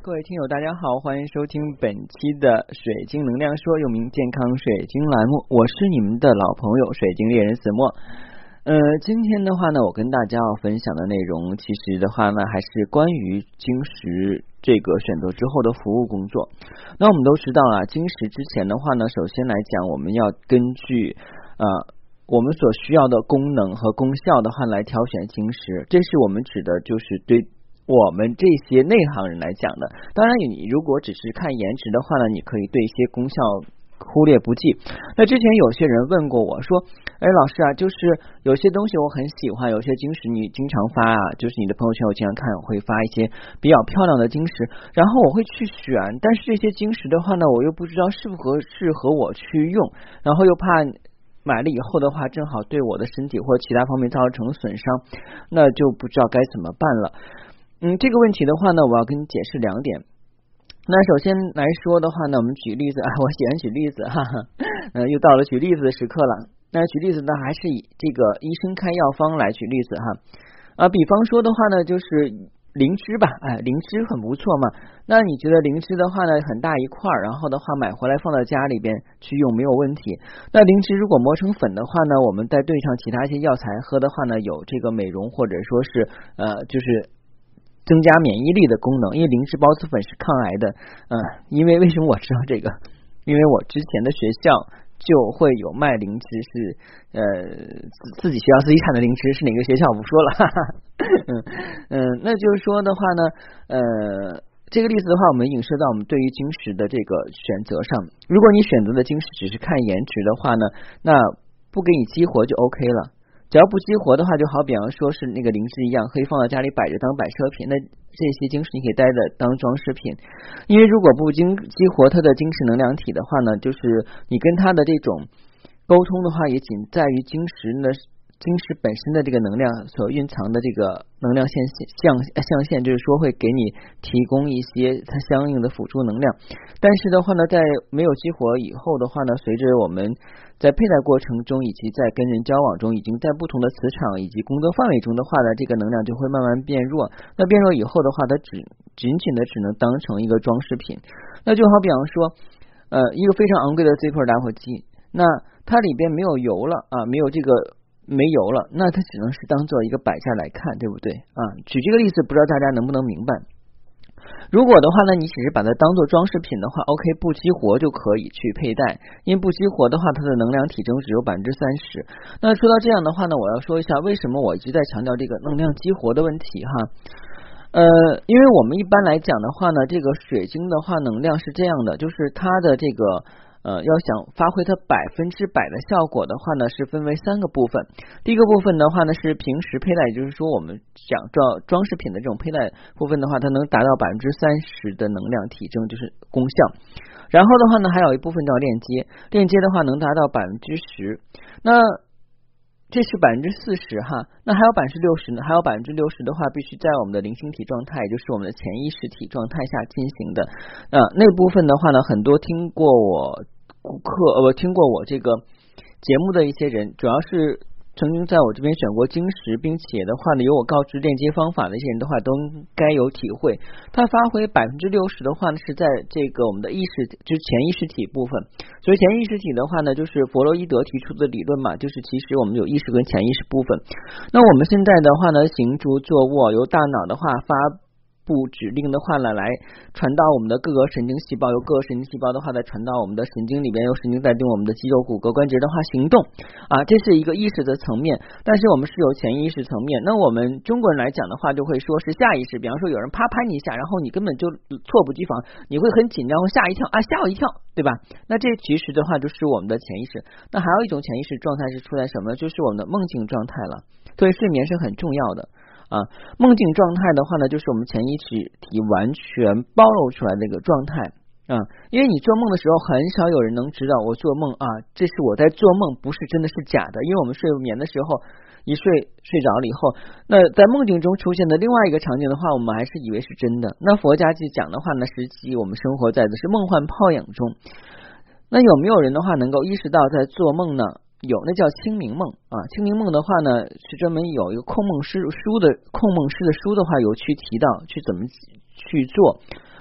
各位听友大家好，欢迎收听本期的水晶能量说，又名健康水晶栏目，我是你们的老朋友水晶猎人子墨。今天的话呢，我跟大家要分享的内容，其实的话呢，还是关于晶石这个选择之后的服务工作。那我们都知道啊，晶石之前的话呢，首先来讲，我们要根据我们所需要的功能和功效的话来挑选晶石，这是我们指的就是对我们这些内行人来讲的。当然你如果只是看颜值的话呢，你可以对一些功效忽略不计。那之前有些人问过我说，老师啊，就是有些东西我很喜欢，有些晶石你经常发啊，就是你的朋友圈我经常看会发一些比较漂亮的晶石，然后我会去选，但是这些晶石的话呢，我又不知道适合我去用，然后又怕买了以后的话正好对我的身体或者其他方面造成损伤，那就不知道该怎么办了。这个问题的话呢，我要跟你解释两点。那首先来说的话呢，我们举例子我喜欢举例子又到了举例子的时刻了。那举例子呢，还是以这个医生开药方来举例子比方说的话呢，就是灵芝吧，灵芝很不错嘛。那你觉得灵芝的话呢，很大一块，然后的话买回来放到家里边去用没有问题。那灵芝如果磨成粉的话呢，我们再兑上其他一些药材喝的话呢，有这个美容或者说是就是增加免疫力的功能，因为灵芝孢子粉是抗癌的。因为为什么我知道这个？因为我之前的学校就会有卖灵芝，是自己学校自己产的灵芝，是哪个学校我不说了那就是说的话呢，这个例子的话，我们影射到我们对于晶石的这个选择上。如果你选择的晶石只是看颜值的话呢，那不给你激活就 OK 了。只要不激活的话，就好比方说是那个灵芝一样，可以放到家里摆着当摆设品。那这些晶石你可以带着当装饰品，因为如果不激活它的晶石能量体的话呢，就是你跟它的这种沟通的话，也仅在于晶石本身的这个能量所蕴藏的这个能量象限，就是说会给你提供一些它相应的辅助能量。但是的话呢，在没有激活以后的话呢，随着我们在佩戴过程中以及在跟人交往中，已经在不同的磁场以及功德范围中的话呢，这个能量就会慢慢变弱。那变弱以后的话，它仅的只能当成一个装饰品。那就好比方说一个非常昂贵的 Zippo 打火机，那它里边没有油了没油了，那它只能是当做一个摆件来看，对不对举这个例子，不知道大家能不能明白。如果的话呢，你只是把它当做装饰品的话 OK， 不激活就可以去佩戴，因为不激活的话它的能量体征只有 30%。 那说到这样的话呢，我要说一下为什么我一直在强调这个能量激活的问题因为我们一般来讲的话呢，这个水晶的话能量是这样的，就是它的这个要想发挥它100%的效果的话呢，是分为3个部分。第一个部分的话呢，是平时佩戴，也就是说我们讲装饰品的这种佩戴部分的话，它能达到 30% 的能量体征，就是功效。然后的话呢，还有一部分叫链接的话能达到 10%。那这是 40% 那还有 60% 呢？还有 60% 的话必须在我们的灵性体状态，也就是我们的潜意识体状态下进行的。那部分的话呢，很多听过我这个节目的一些人，主要是曾经在我这边选过晶石，并且的话呢，有我告知链接方法的一些人的话，都该有体会。它发挥 60% 的话呢，是在这个我们的意识，就是潜意识体部分。所以潜意识体的话呢，就是弗洛伊德提出的理论嘛，就是其实我们有意识跟潜意识部分。那我们现在的话呢，行住坐卧由大脑的话发布指令的话呢，来传到我们的各个神经细胞，由各个神经细胞的话再传到我们的神经里边，由神经带动我们的肌肉、骨骼、关节的话行动这是一个意识的层面。但是我们是有潜意识层面。那我们中国人来讲的话，就会说是下意识。比方说有人啪拍你一下，然后你根本就猝不及防，你会很紧张，会吓一跳吓我一跳，对吧？那这其实的话就是我们的潜意识。那还有一种潜意识状态是出来什么？就是我们的梦境状态了。所以睡眠是很重要的。梦境状态的话呢，就是我们潜意识体完全暴露出来的一个状态因为你做梦的时候很少有人能知道我做梦这是我在做梦，不是真的是假的。因为我们睡眠的时候一睡着了以后，那在梦境中出现的另外一个场景的话，我们还是以为是真的。那佛家去讲的话呢，实际我们生活在的是梦幻泡影中。那有没有人的话能够意识到在做梦呢？有，那叫清明梦清明梦的话呢，是专门有一个控梦师的书的话有去提到去怎么去做。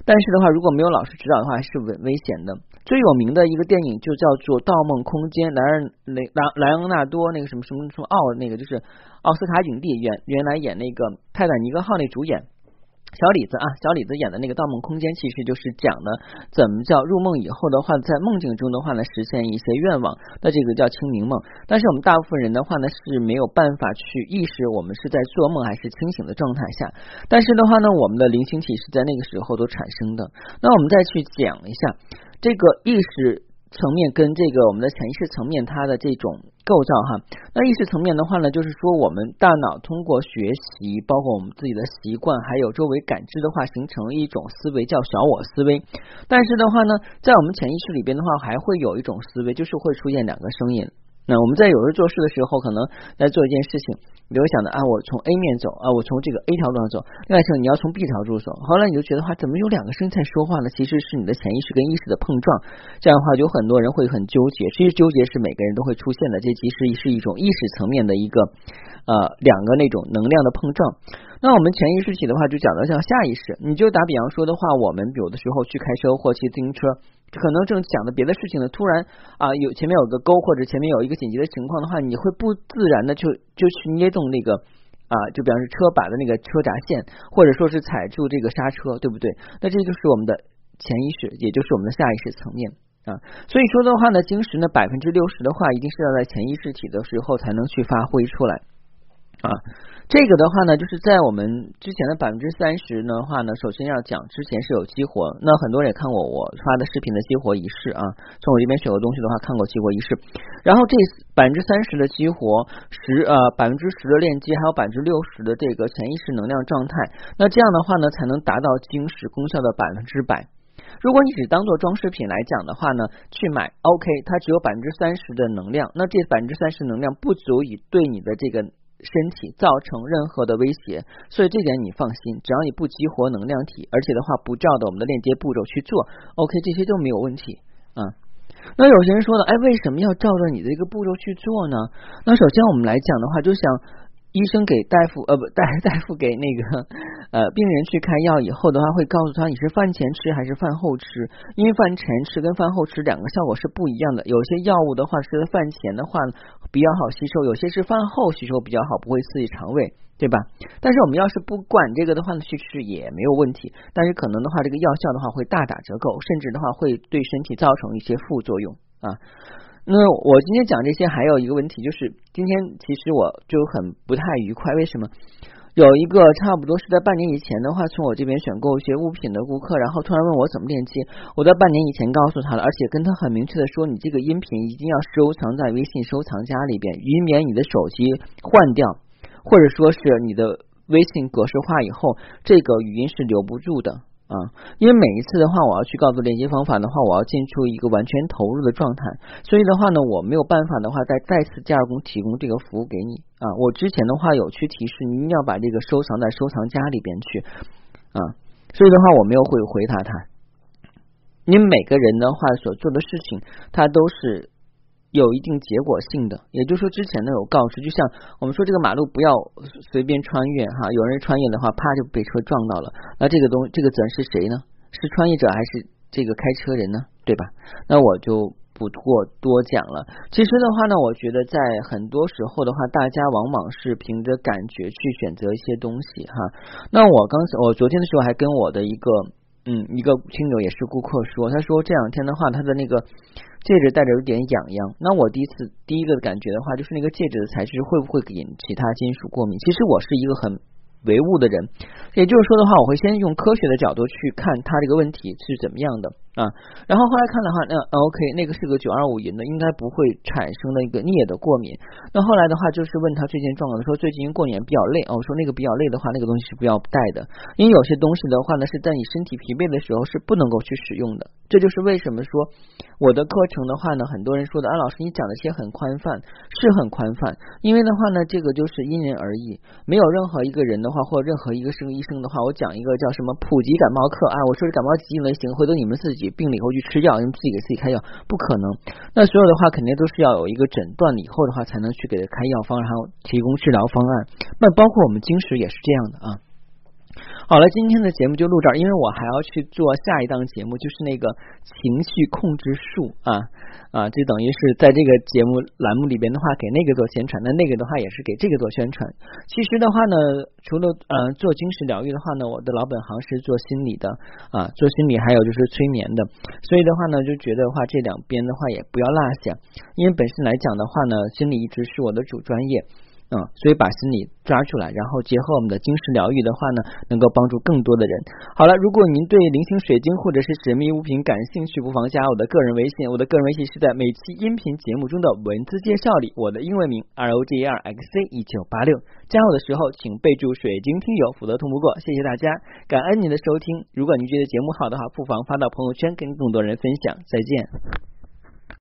但是的话，如果没有老师指导的话，还是危险的。最有名的一个电影就叫做《盗梦空间》，莱昂纳多那个什么奥，那个就是奥斯卡影帝，原来演那个泰坦尼克号那主演。小李子演的那个《盗梦空间》其实就是讲的怎么叫入梦以后的话，在梦境中的话呢，实现一些愿望，那这个叫清明梦。但是我们大部分人的话呢是没有办法去意识我们是在做梦还是清醒的状态下，但是的话呢，我们的灵性体是在那个时候都产生的。那我们再去讲一下这个意识层面跟这个我们的潜意识层面它的这种构造哈。那意识层面的话呢，就是说我们大脑通过学习，包括我们自己的习惯还有周围感知的话，形成一种思维叫小我思维。但是的话呢，在我们潜意识里边的话，还会有一种思维，就是会出现两个声音。那我们在有时做事的时候，可能在做一件事情，你会想的我从 A 面走我从这个 A 条路上走，另外你要从 B 条路走，后来你就觉得怎么有两个声音在说话呢？其实是你的潜意识跟意识的碰撞，这样的话有很多人会很纠结，其实纠结是每个人都会出现的，这其实是一种意识层面的一个两个那种能量的碰撞。那我们潜意识体的话就讲到叫下意识，你就打比方说的话，我们有的时候去开车或骑自行车，可能正讲的别的事情呢，突然前面有个沟，或者前面有一个紧急的情况的话，你会不自然的就去捏动那个就比方是车把的那个车闸线，或者说是踩住这个刹车，对不对？那这就是我们的潜意识，也就是我们的下意识层面所以说的话呢，晶石呢60%的话，一定是要在潜意识体的时候才能去发挥出来这个的话呢，就是在我们之前的30%的话呢，首先要讲之前是有激活，那很多人也看过我发的视频的激活仪式从我这边学过东西的话，看过激活仪式，然后这30%的激活10%的链接，还有60%的这个潜意识能量状态，那这样的话呢，才能达到晶石功效的100%。如果你只当做装饰品来讲的话呢，去买 OK， 它只有30%的能量，那这30%能量不足以对你的这个身体造成任何的威胁，所以这点你放心，只要你不激活能量体，而且的话不照着我们的链接步骤去做 OK， 这些都没有问题那有些人说了，为什么要照着你的一个步骤去做呢？那首先我们来讲的话，就像医生给大夫给那个病人去开药以后的话，会告诉他你是饭前吃还是饭后吃，因为饭前吃跟饭后吃两个效果是不一样的，有些药物的话是在饭前的话比较好吸收，有些是饭后吸收比较好，不会刺激肠胃，对吧？但是我们要是不管这个的话呢，去吃也没有问题，但是可能的话这个药效的话会大打折扣，甚至的话会对身体造成一些副作用那我今天讲这些还有一个问题，就是今天其实我就很不太愉快，为什么？有一个差不多是在半年以前的话，从我这边选购一些物品的顾客，然后突然问我怎么链接，我在半年以前告诉他了，而且跟他很明确的说，你这个音频一定要收藏在微信收藏夹里边，以免你的手机换掉，或者说是你的微信格式化以后，这个语音是留不住的因为每一次的话，我要去告诉链接方法的话，我要进出一个完全投入的状态，所以的话呢，我没有办法的话再次加工提供这个服务给你我之前的话有去提示你一定要把这个收藏在收藏夹里边去所以的话我没有回答他，因为每个人的话所做的事情，它都是有一定结果性的，也就是说之前呢有告知，就像我们说这个马路不要随便穿越有人穿越的话，啪就被车撞到了，那这个责任是谁呢？是穿越者还是这个开车人呢？对吧？那我就不多讲了。其实的话呢，我觉得在很多时候的话，大家往往是凭着感觉去选择一些东西那我昨天的时候还跟我的一个亲友也是顾客说，他说这两天的话，他的那个戒指戴着有点痒痒。那我第一个感觉的话，就是那个戒指的材质会不会引其他金属过敏？其实我是一个很唯物的人，也就是说的话，我会先用科学的角度去看他这个问题是怎么样的然后后来看的话OK， 那个是个925银的，应该不会产生的一个镍的过敏。那后来的话就是问他最近状况，说最近过年比较累我说那个比较累的话，那个东西是不要带的，因为有些东西的话呢是在你身体疲惫的时候是不能够去使用的。这就是为什么说我的课程的话呢，很多人说的老师你讲的些很宽泛，是很宽泛，因为的话呢这个就是因人而异，没有任何一个人的话或任何一个医生的话，我讲一个叫什么普及感冒课我说感冒疾病类型，回头你们自己病了以后去吃药，你们自己给自己开药，不可能。那所有的话肯定都是要有一个诊断以后的话才能去给他开药方，然后提供治疗方案。那包括我们晶石也是这样的好了，今天的节目就录这儿，因为我还要去做下一档节目，就是那个情绪控制术这等于是在这个节目栏目里边的话给那个做宣传，那个的话也是给这个做宣传。其实的话呢，除了做精神疗愈的话呢，我的老本行是做心理的做心理还有就是催眠的，所以的话呢就觉得的话这两边的话也不要落下，因为本身来讲的话呢，心理一直是我的主专业。所以把心理抓出来，然后结合我们的精神疗愈的话呢，能够帮助更多的人。好了，如果您对零星水晶或者是神秘物品感兴趣，不妨加我的个人微信，我的个人微信是在每期音频节目中的文字介绍里，我的英文名 ROGERXC1986，加我的时候请备注水晶听友，否则通不过。谢谢大家，感恩您的收听。如果您觉得节目好的话，不妨发到朋友圈跟更多人分享。再见。